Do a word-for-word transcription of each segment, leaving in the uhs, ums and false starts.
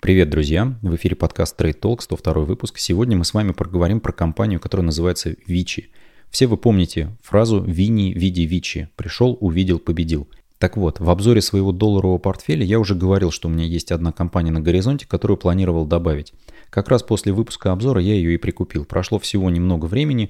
Привет, друзья! В эфире подкаст Trade Talk, сто второй выпуск. Сегодня мы с вами поговорим про компанию, которая называется Vici. Все вы помните фразу «Вини, види, Vici». Пришел, увидел, победил. Так вот, в обзоре своего долларового портфеля я уже говорил, что у меня есть одна компания на горизонте, которую планировал добавить. Как раз после выпуска обзора я ее и прикупил. Прошло всего немного времени,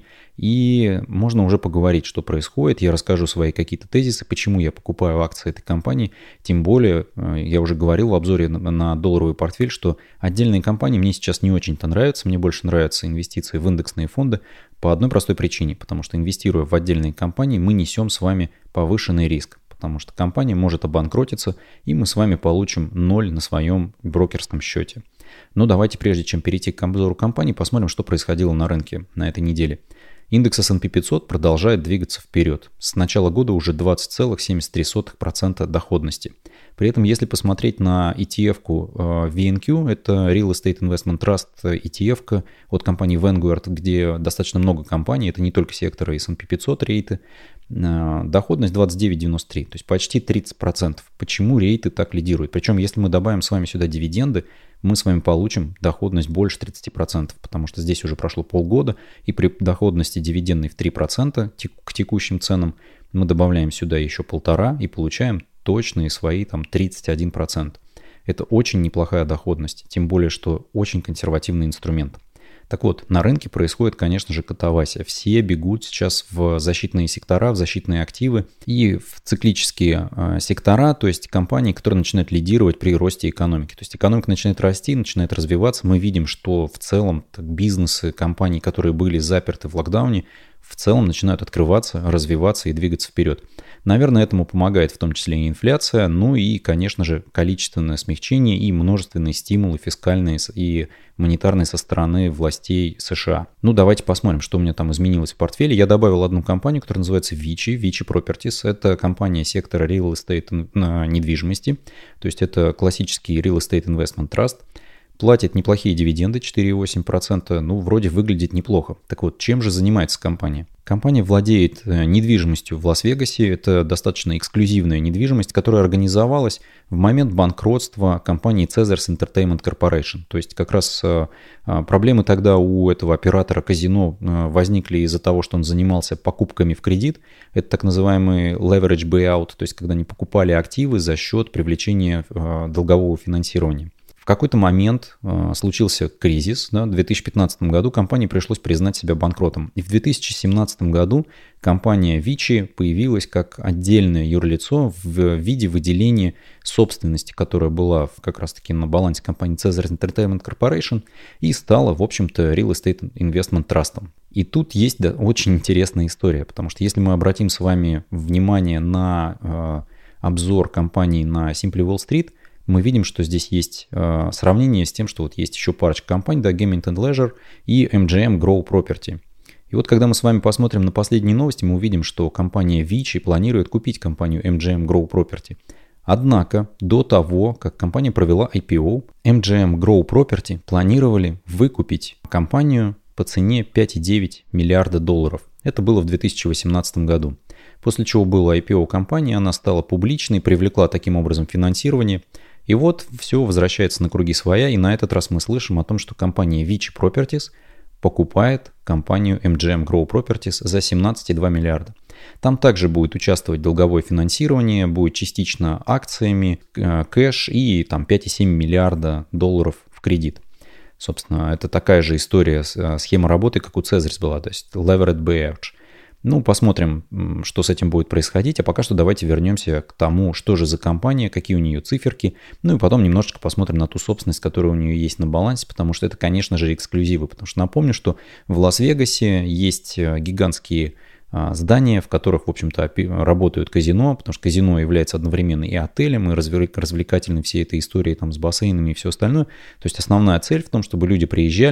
и можно уже поговорить, что происходит. Я расскажу свои какие-то тезисы, почему я покупаю акции этой компании. Тем более, я уже говорил в обзоре на долларовый портфель, что отдельные компании мне сейчас не очень-то нравятся. Мне больше нравятся инвестиции в индексные фонды по одной простой причине. Потому что, инвестируя в отдельные компании, мы несем с вами повышенный риск. Потому что компания может обанкротиться, и мы с вами получим ноль на своем брокерском счете. Но давайте, прежде чем перейти к обзору компании, посмотрим, что происходило на рынке на этой неделе. Индекс эс энд пи пятьсот продолжает двигаться вперед. С начала года уже двадцать целых семьдесят три сотых процента доходности. При этом, если посмотреть на и ти эф-ку ви эн кью, это Real Estate Investment Trust и ти эф-ка от компании Vanguard, где достаточно много компаний, это не только секторы эс энд пи пятьсот рейты, доходность двадцать девять целых девяносто три, то есть почти тридцать процентов. Почему рейты так лидируют? Причем, если мы добавим с вами сюда дивиденды, мы с вами получим доходность больше тридцать процентов, потому что здесь уже прошло полгода, и при доходности дивидендной в три процента к текущим ценам мы добавляем сюда еще полтора и получаем точные свои там тридцать один процент. Это очень неплохая доходность, тем более, что очень консервативный инструмент. Так вот, на рынке происходит, конечно же, катавасия. Все бегут сейчас в защитные сектора, в защитные активы и в циклические э, сектора, то есть компании, которые начинают лидировать при росте экономики. То есть экономика начинает расти, начинает развиваться. Мы видим, что в целом бизнесы компаний, которые были заперты в локдауне, в целом начинают открываться, развиваться и двигаться вперед. Наверное, этому помогает в том числе и инфляция, ну и, конечно же, количественное смягчение и множественные стимулы фискальные и монетарные со стороны властей США. Ну, давайте посмотрим, что у меня там изменилось в портфеле. Я добавил одну компанию, которая называется Vici, Vici Properties. Это компания сектора Real Estate недвижимости, то есть это классический Real Estate Investment Trust. Платит неплохие дивиденды, четыре целых восемь десятых процента, ну, вроде выглядит неплохо. Так вот, чем же занимается компания? Компания владеет недвижимостью в Лас-Вегасе. Это достаточно эксклюзивная недвижимость, которая организовалась в момент банкротства компании Caesars Entertainment Corporation. То есть как раз проблемы тогда у этого оператора казино возникли из-за того, что он занимался покупками в кредит. Это так называемый leverage buyout, то есть когда они покупали активы за счет привлечения долгового финансирования. В какой-то момент э, случился кризис. Да, в две тысячи пятнадцатом году компании пришлось признать себя банкротом. И в две тысячи семнадцатом году компания Vici появилась как отдельное юрлицо в виде выделения собственности, которая была как раз-таки на балансе компании Caesars Entertainment Corporation и стала, в общем-то, Real Estate Investment Trust. И тут есть да, очень интересная история, потому что если мы обратим с вами внимание на э, обзор компании на Simply Wall Street, мы видим, что здесь есть э, сравнение с тем, что вот есть еще парочка компаний, да, Gaming and Leisure и эм джи эм Grow Property. И вот когда мы с вами посмотрим на последние новости, мы увидим, что компания Vici планирует купить компанию эм джи эм Grow Property. Однако до того, как компания провела ай пи о, эм джи эм Grow Property планировали выкупить компанию по цене пять целых девять десятых миллиарда долларов. Это было в две тысячи восемнадцатом году. После чего было ай пи о компании, она стала публичной, привлекла таким образом финансирование. И вот все возвращается на круги своя, и на этот раз мы слышим о том, что компания Vici Properties покупает компанию эм джи эм Grow Properties за семнадцать целых два десятых миллиарда. Там также будет участвовать долговое финансирование, будет частично акциями, кэш и там пять целых семь десятых миллиарда долларов в кредит. Собственно, это такая же история, схема работы, как у Caesars была, то есть levered buyout. Ну, посмотрим, что с этим будет происходить, а пока что давайте вернемся к тому, что же за компания, какие у нее циферки, ну и потом немножечко посмотрим на ту собственность, которая у нее есть на балансе, потому что это, конечно же, эксклюзивы, потому что напомню, что в Лас-Вегасе есть гигантские здания, в которых, в общем-то, работают казино, потому что казино является одновременно и отелем, и развлекательной всей этой историей там, с бассейнами и все остальное. То есть основная цель в том, чтобы люди приезжали,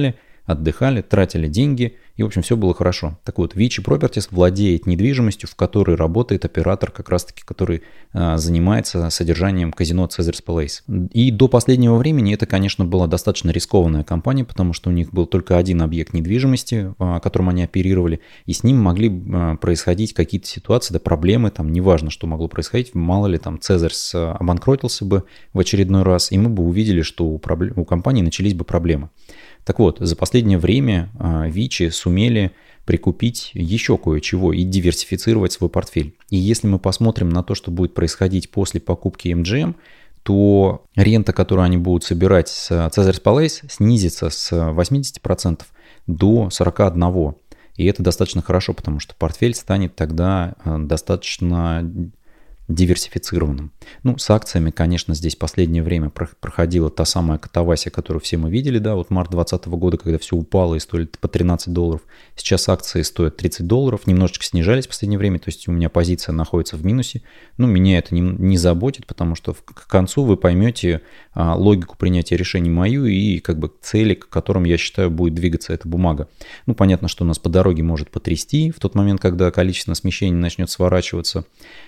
отдыхали, тратили деньги, и, в общем, все было хорошо. Так вот, Vici Properties владеет недвижимостью, в которой работает оператор, как раз-таки, который а, занимается содержанием казино Caesars Palace. И до последнего времени это, конечно, была достаточно рискованная компания, потому что у них был только один объект недвижимости, а, которым они оперировали, и с ним могли а, происходить какие-то ситуации, да, проблемы, там, неважно, что могло происходить, мало ли, там, Caesars обанкротился бы в очередной раз, и мы бы увидели, что у, проблем... у компании начались бы проблемы. Так вот, за последнее время Vici сумели прикупить еще кое-чего и диверсифицировать свой портфель. И если мы посмотрим на то, что будет происходить после покупки эм джи эм, то рента, которую они будут собирать с Caesars Palace, снизится с восемьдесят процентов до сорок один процент. И это достаточно хорошо, потому что портфель станет тогда достаточно диверсифицированным. Ну, с акциями, конечно, здесь последнее время проходила та самая катавасия, которую все мы видели, да, вот март двадцатого года, когда все упало и стоили по тринадцать долларов. Сейчас акции стоят тридцать долларов, немножечко снижались в последнее время, то есть у меня позиция находится в минусе. Ну, меня это не, не заботит, потому что к концу вы поймете а, логику принятия решений мою и как бы цели, к которым, я считаю, будет двигаться эта бумага. Ну, понятно, что у нас по дороге может потрясти в тот момент, когда количество смещений начнет сворачиваться.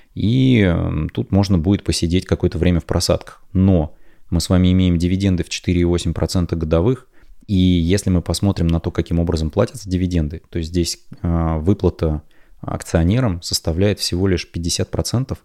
И тут можно будет посидеть какое-то время в просадках. Но мы с вами имеем дивиденды в четыре целых восемь десятых процента годовых. И если мы посмотрим на то, каким образом платятся дивиденды, то здесь выплата акционерам составляет всего лишь пятьдесят процентов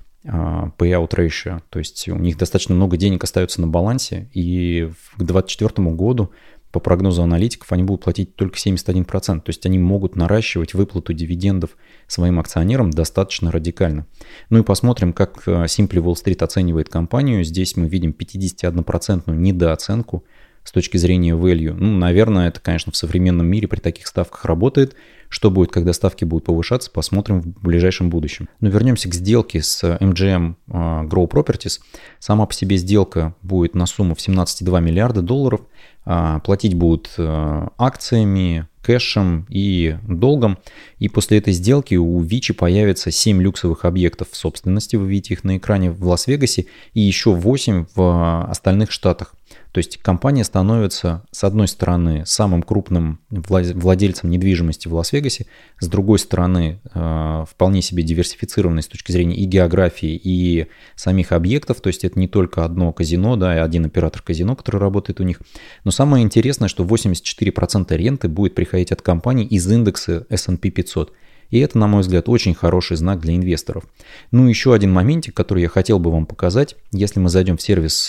payout ratio. То есть у них достаточно много денег остается на балансе. И к две тысячи двадцать четвёртому году по прогнозу аналитиков они будут платить только семьдесят один процент. То есть они могут наращивать выплату дивидендов своим акционерам достаточно радикально. Ну и посмотрим, как Simply Wall Street оценивает компанию. Здесь мы видим пятидесятиоднопроцентную недооценку с точки зрения value. Ну, наверное, это, конечно, в современном мире при таких ставках работает. Что будет, когда ставки будут повышаться, посмотрим в ближайшем будущем. Но вернемся к сделке с эм джи эм Grow Properties. Сама по себе сделка будет на сумму в семнадцать целых два десятых миллиарда долларов. Платить будут акциями, кэшем и долгом. И после этой сделки у Vici появится семь люксовых объектов в собственности. Вы видите их на экране в Лас-Вегасе и еще восемь в остальных штатах. То есть компания становится, с одной стороны, самым крупным владельцем недвижимости в Лас-Вегасе, с другой стороны, вполне себе диверсифицированной с точки зрения и географии, и самих объектов. То есть это не только одно казино, да, и один оператор казино, который работает у них. Но самое интересное, что восемьдесят четыре процента ренты будет приходить от компаний из индекса эс энд пи пятьсот. И это, на мой взгляд, очень хороший знак для инвесторов. Ну, еще один моментик, который я хотел бы вам показать. Если мы зайдем в сервис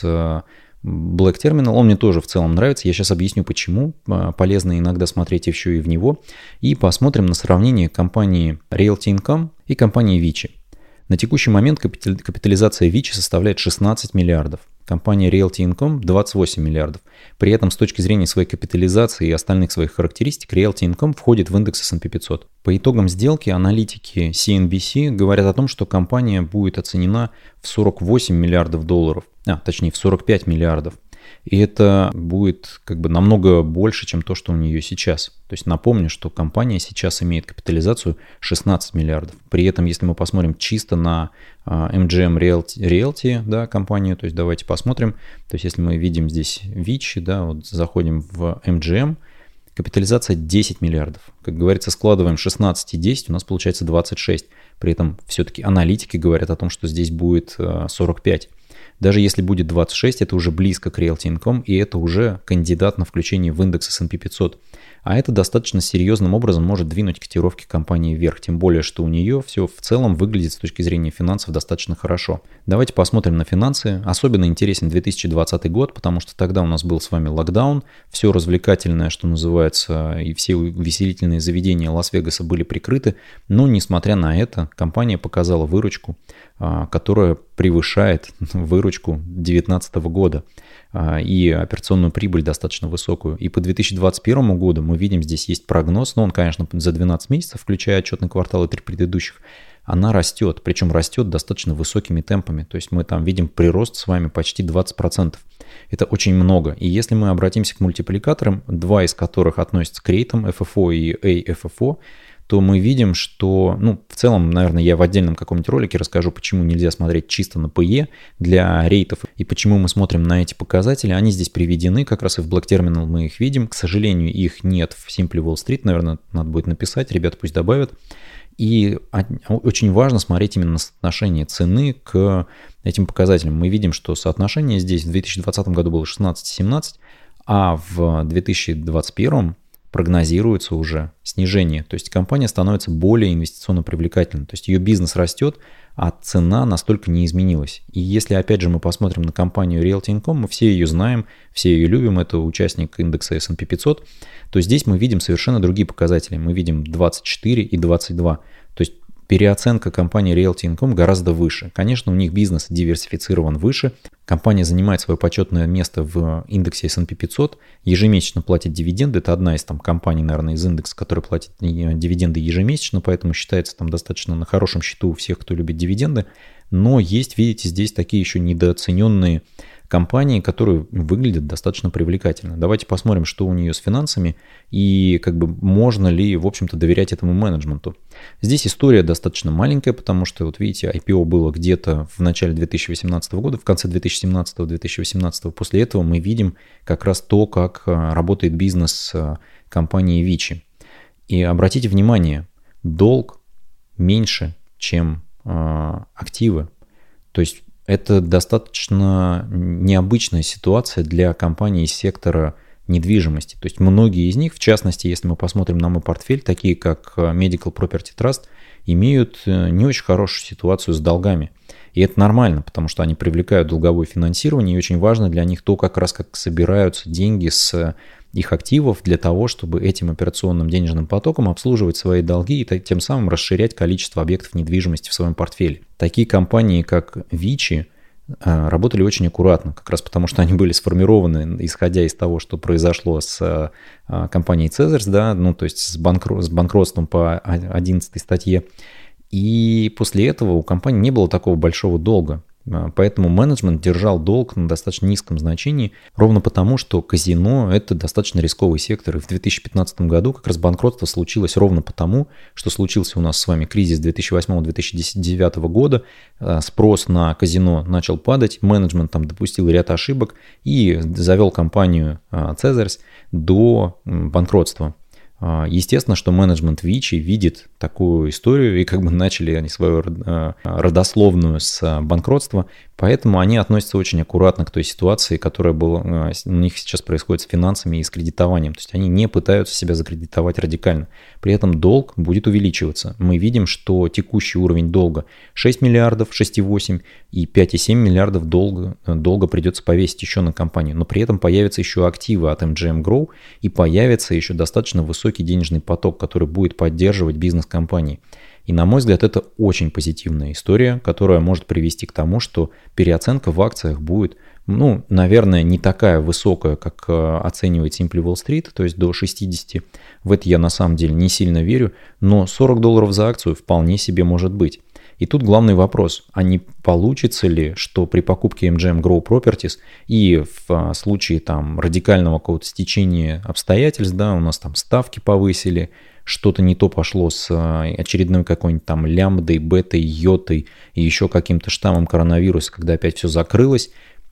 Black Terminal, он мне тоже в целом нравится. Я сейчас объясню, почему. Полезно иногда смотреть еще и в него. И посмотрим на сравнение компании Realty Income и компании Vici. На текущий момент капитализация Vici составляет шестнадцать миллиардов. Компания Realty Income двадцать восемь миллиардов. При этом с точки зрения своей капитализации и остальных своих характеристик Realty Income входит в индекс эс энд пи пятьсот. По итогам сделки аналитики си эн би си говорят о том, что компания будет оценена в сорок восемь миллиардов долларов, а точнее в сорок пять миллиардов. И это будет как бы намного больше, чем то, что у нее сейчас. То есть напомню, что компания сейчас имеет капитализацию шестнадцать миллиардов. При этом, если мы посмотрим чисто на эм джи эм Realty, Realty, да, компанию, то есть давайте посмотрим. То есть если мы видим здесь Vici, да, вот заходим в эм джи эм, капитализация десять миллиардов. Как говорится, складываем шестнадцать и десять, у нас получается двадцать шесть. При этом все-таки аналитики говорят о том, что здесь будет сорок пять. Даже если будет двадцать шесть, это уже близко к Realty Income, и это уже кандидат на включение в индекс эс энд пи пятьсот. А это достаточно серьезным образом может двинуть котировки компании вверх, тем более, что у нее все в целом выглядит с точки зрения финансов достаточно хорошо. Давайте посмотрим на финансы. Особенно интересен две тысячи двадцатый год, потому что тогда у нас был с вами локдаун, все развлекательное, что называется, и все увеселительные заведения Лас-Вегаса были прикрыты, но, несмотря на это, компания показала выручку, которая превышает выручку две тысячи девятнадцатого года и операционную прибыль достаточно высокую. И по две тысячи двадцать первому году мы видим, здесь есть прогноз, но он, конечно, за двенадцать месяцев, включая отчетный квартал и три предыдущих, она растет, причем растет достаточно высокими темпами. То есть мы там видим прирост с вами почти двадцать процентов. Это очень много. И если мы обратимся к мультипликаторам, два из которых относятся к рейтам эф эф о и эй эф эф о, то мы видим, что, ну, в целом, наверное, я в отдельном каком-нибудь ролике расскажу, почему нельзя смотреть чисто на пи и для рейтов и почему мы смотрим на эти показатели. Они здесь приведены, как раз и в Black Terminal мы их видим. К сожалению, их нет в Simply Wall Street, наверное, надо будет написать, ребята пусть добавят. И очень важно смотреть именно на соотношение цены к этим показателям. Мы видим, что соотношение здесь в две тысячи двадцатом году было шестнадцать семнадцать, а в две тысячи двадцать первом прогнозируется уже снижение. То есть компания становится более инвестиционно привлекательной. То есть ее бизнес растет, а цена настолько не изменилась. И если опять же мы посмотрим на компанию Realty Income, мы все ее знаем, все ее любим, это участник индекса эс энд пи пятьсот, то здесь мы видим совершенно другие показатели. Мы видим двадцать четыре и двадцать два. То есть переоценка компании Realty Income гораздо выше. Конечно, у них бизнес диверсифицирован выше. Компания занимает свое почетное место в индексе эс энд пи пятьсот, ежемесячно платит дивиденды. Это одна из там компаний, наверное, из индекса, которая платит дивиденды ежемесячно, поэтому считается там достаточно на хорошем счету у всех, кто любит дивиденды. Но есть, видите, здесь такие еще недооцененные компании, которые выглядят достаточно привлекательно. Давайте посмотрим, что у нее с финансами и как бы можно ли, в общем-то, доверять этому менеджменту. Здесь история достаточно маленькая, потому что, вот видите, ай пи о было где-то в начале две тысячи восемнадцатого года, в конце две тысячи семнадцатого - две тысячи восемнадцатого. После этого мы видим как раз то, как работает бизнес компании Vici. И обратите внимание, долг меньше, чем активы. То есть это достаточно необычная ситуация для компаний из сектора недвижимости. То есть многие из них, в частности, если мы посмотрим на мой портфель, такие как Medical Property Trust, имеют не очень хорошую ситуацию с долгами. И это нормально, потому что они привлекают долговое финансирование, и очень важно для них то, как раз как собираются деньги с их активов для того, чтобы этим операционным денежным потоком обслуживать свои долги и тем самым расширять количество объектов недвижимости в своем портфеле. Такие компании, как Vici, работали очень аккуратно, как раз потому, что они были сформированы, исходя из того, что произошло с компанией Caesars, да, ну, то есть с, банкро- с банкротством по одиннадцатой статье. И после этого у компании не было такого большого долга. Поэтому менеджмент держал долг на достаточно низком значении, ровно потому, что казино – это достаточно рисковый сектор. И в две тысячи пятнадцатом году как раз банкротство случилось ровно потому, что случился у нас с вами кризис две тысячи восьмого - две тысячи девятого года, спрос на казино начал падать, менеджмент там допустил ряд ошибок и завел компанию Caesars до банкротства. Естественно, что менеджмент Vici видит такую историю, и как бы начали они свою родословную с банкротства, поэтому они относятся очень аккуратно к той ситуации, которая была, у них сейчас происходит с финансами и с кредитованием. То есть они не пытаются себя закредитовать радикально. При этом долг будет увеличиваться. Мы видим, что текущий уровень долга шесть миллиардов, шесть целых восемь и пять целых семь миллиардов долга, долга придется повесить еще на компанию. Но при этом появятся еще активы от эм джи эм Grow и появится еще достаточно высокий денежный поток, который будет поддерживать бизнес компании. И, на мой взгляд, это очень позитивная история, которая может привести к тому, что переоценка в акциях будет, ну, наверное, не такая высокая, как оценивает Simply Wall Street, то есть до шестидесяти. В это я на самом деле не сильно верю, но сорок долларов за акцию вполне себе может быть. И тут главный вопрос, а не получится ли, что при покупке эм джи эм Grow Properties и в случае там радикального какого-то стечения обстоятельств, да, у нас там ставки повысили, что-то не то пошло с очередной какой-нибудь там лямбдой, бетой, йотой и еще каким-то штаммом коронавируса, когда опять все закрылось,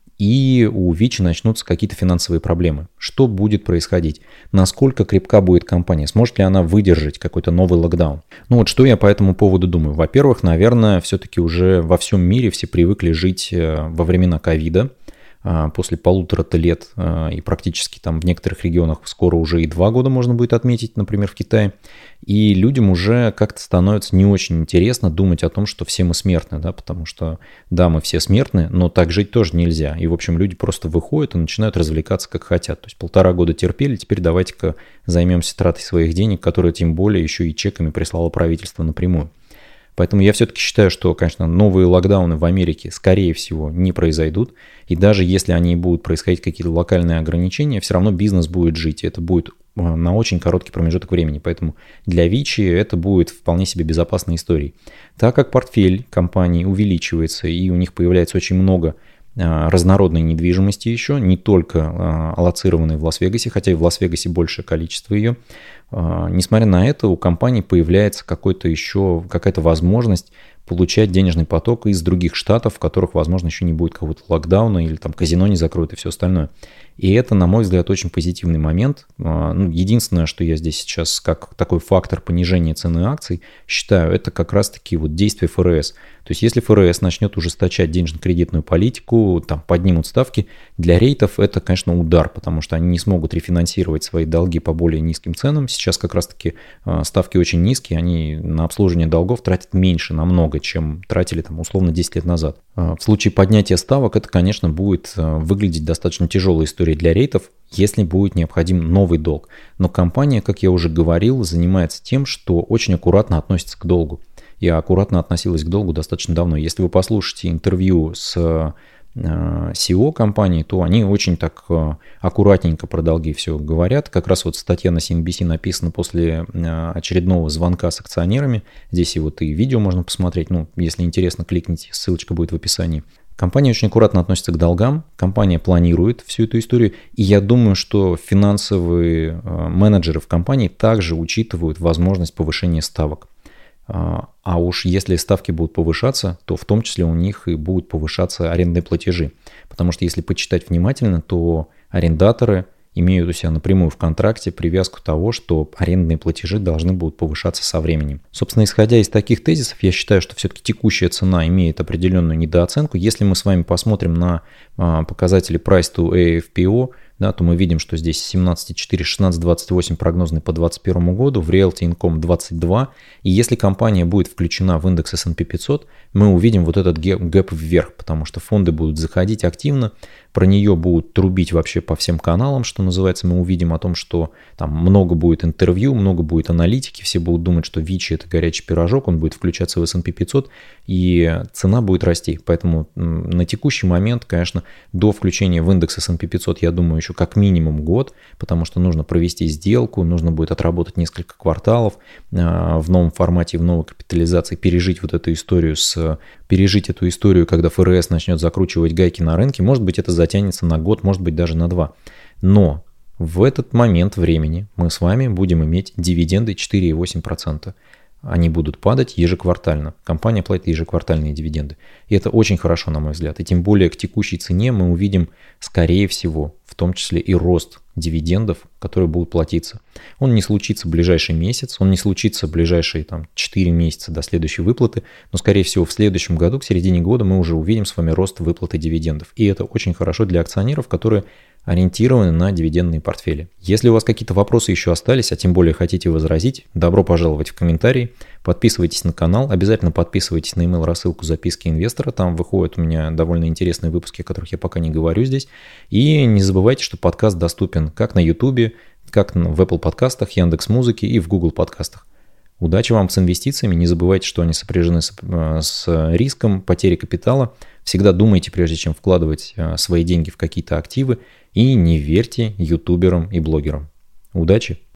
и у Vici начнутся какие-то финансовые проблемы. Что будет происходить? Насколько крепка будет компания? Сможет ли она выдержать какой-то новый локдаун? Ну вот что я по этому поводу думаю. Во-первых, наверное, все-таки уже во всем мире все привыкли жить во времена ковида. После полутора-то лет и практически там в некоторых регионах скоро уже и два года можно будет отметить, например, в Китае. И людям уже как-то становится не очень интересно думать о том, что все мы смертны, да, потому что, да, мы все смертны, но так жить тоже нельзя. И, в общем, люди просто выходят и начинают развлекаться как хотят. То есть полтора года терпели, теперь давайте-ка займемся тратой своих денег, которые тем более еще и чеками прислало правительство напрямую. Поэтому я все-таки считаю, что, конечно, новые локдауны в Америке, скорее всего, не произойдут. И даже если они будут происходить какие-то локальные ограничения, все равно бизнес будет жить. И это будет на очень короткий промежуток времени. Поэтому для Vici это будет вполне себе безопасной историей. Так как портфель компаний увеличивается и у них появляется очень много разнородной недвижимости еще, не только аллоцированной в Лас-Вегасе, хотя и в Лас-Вегасе большее количество ее. Несмотря на это, у компании появляется какой-то еще, какая-то возможность получать денежный поток из других штатов, в которых, возможно, еще не будет какого-то локдауна или там казино не закроют и все остальное. И это, на мой взгляд, очень позитивный момент. Ну, единственное, что я здесь сейчас как такой фактор понижения цены акций считаю, это как раз-таки вот действие эф эр эс. То есть если эф эр эс начнет ужесточать денежно-кредитную политику, там поднимут ставки, для рейтов это, конечно, удар, потому что они не смогут рефинансировать свои долги по более низким ценам. Сейчас как раз-таки ставки очень низкие, они на обслуживание долгов тратят меньше намного, чем тратили там условно десять лет назад. В случае поднятия ставок это, конечно, будет выглядеть достаточно тяжелой историей для рейтов, если будет необходим новый долг. Но компания, как я уже говорил, занимается тем, что очень аккуратно относится к долгу. И аккуратно относилась к долгу достаточно давно. Если вы послушаете интервью с си и о компании, то они очень так аккуратненько про долги все говорят. Как раз вот статья на си эн би си написана после очередного звонка с акционерами. Здесь и вот и видео можно посмотреть. Ну, если интересно, кликните, ссылочка будет в описании. Компания очень аккуратно относится к долгам, компания планирует всю эту историю, и я думаю, что финансовые менеджеры в компании также учитывают возможность повышения ставок. А уж если ставки будут повышаться, то в том числе у них и будут повышаться арендные платежи. Потому что если почитать внимательно, то арендаторы имеют у себя напрямую в контракте привязку того, что арендные платежи должны будут повышаться со временем. Собственно, исходя из таких тезисов, я считаю, что все-таки текущая цена имеет определенную недооценку. Если мы с вами посмотрим на показатели Price to эй эф пи о, да, то мы видим, что здесь семнадцать целых четыре, шестнадцать целых двадцать восемь прогнозный по двадцать первому году, в Realty Income двадцать два. И если компания будет включена в индекс эс энд пи пятьсот, мы увидим вот этот гэп вверх, потому что фонды будут заходить активно, про нее будут трубить вообще по всем каналам, что называется. Мы увидим о том, что там много будет интервью, много будет аналитики, все будут думать, что Вичи это горячий пирожок, он будет включаться в эс энд пи пятьсот, и цена будет расти. Поэтому на текущий момент, конечно, до включения в индекс эс энд пи пятьсот, я думаю, еще как минимум год, потому что нужно провести сделку, нужно будет отработать несколько кварталов в новом формате, в новой капитализации, пережить вот эту историю с пережить эту историю, когда эф эр эс начнет закручивать гайки на рынке. Может быть, это затянется на год, может быть, даже на два. Но в этот момент времени мы с вами будем иметь дивиденды четыре целых восемь десятых процента. Они будут падать ежеквартально. Компания платит ежеквартальные дивиденды. И это очень хорошо, на мой взгляд. И тем более к текущей цене мы увидим, скорее всего, в том числе и рост дивидендов, которые будут платиться. Он не случится в ближайший месяц, он не случится в ближайшие там, четыре месяца до следующей выплаты, но, скорее всего, в следующем году, к середине года, мы уже увидим с вами рост выплаты дивидендов. И это очень хорошо для акционеров, которые ориентированы на дивидендные портфели. Если у вас какие-то вопросы еще остались, а тем более хотите возразить, добро пожаловать в комментарии, подписывайтесь на канал, обязательно подписывайтесь на email-рассылку записки инвестора, там выходят у меня довольно интересные выпуски, о которых я пока не говорю здесь, и не забывайте, что подкаст доступен как на YouTube, как в Apple подкастах, Яндекс.Музыке и в Google подкастах. Удачи вам с инвестициями, не забывайте, что они сопряжены с, с риском потери капитала. Всегда думайте, прежде чем вкладывать свои деньги в какие-то активы, и не верьте ютуберам и блогерам. Удачи!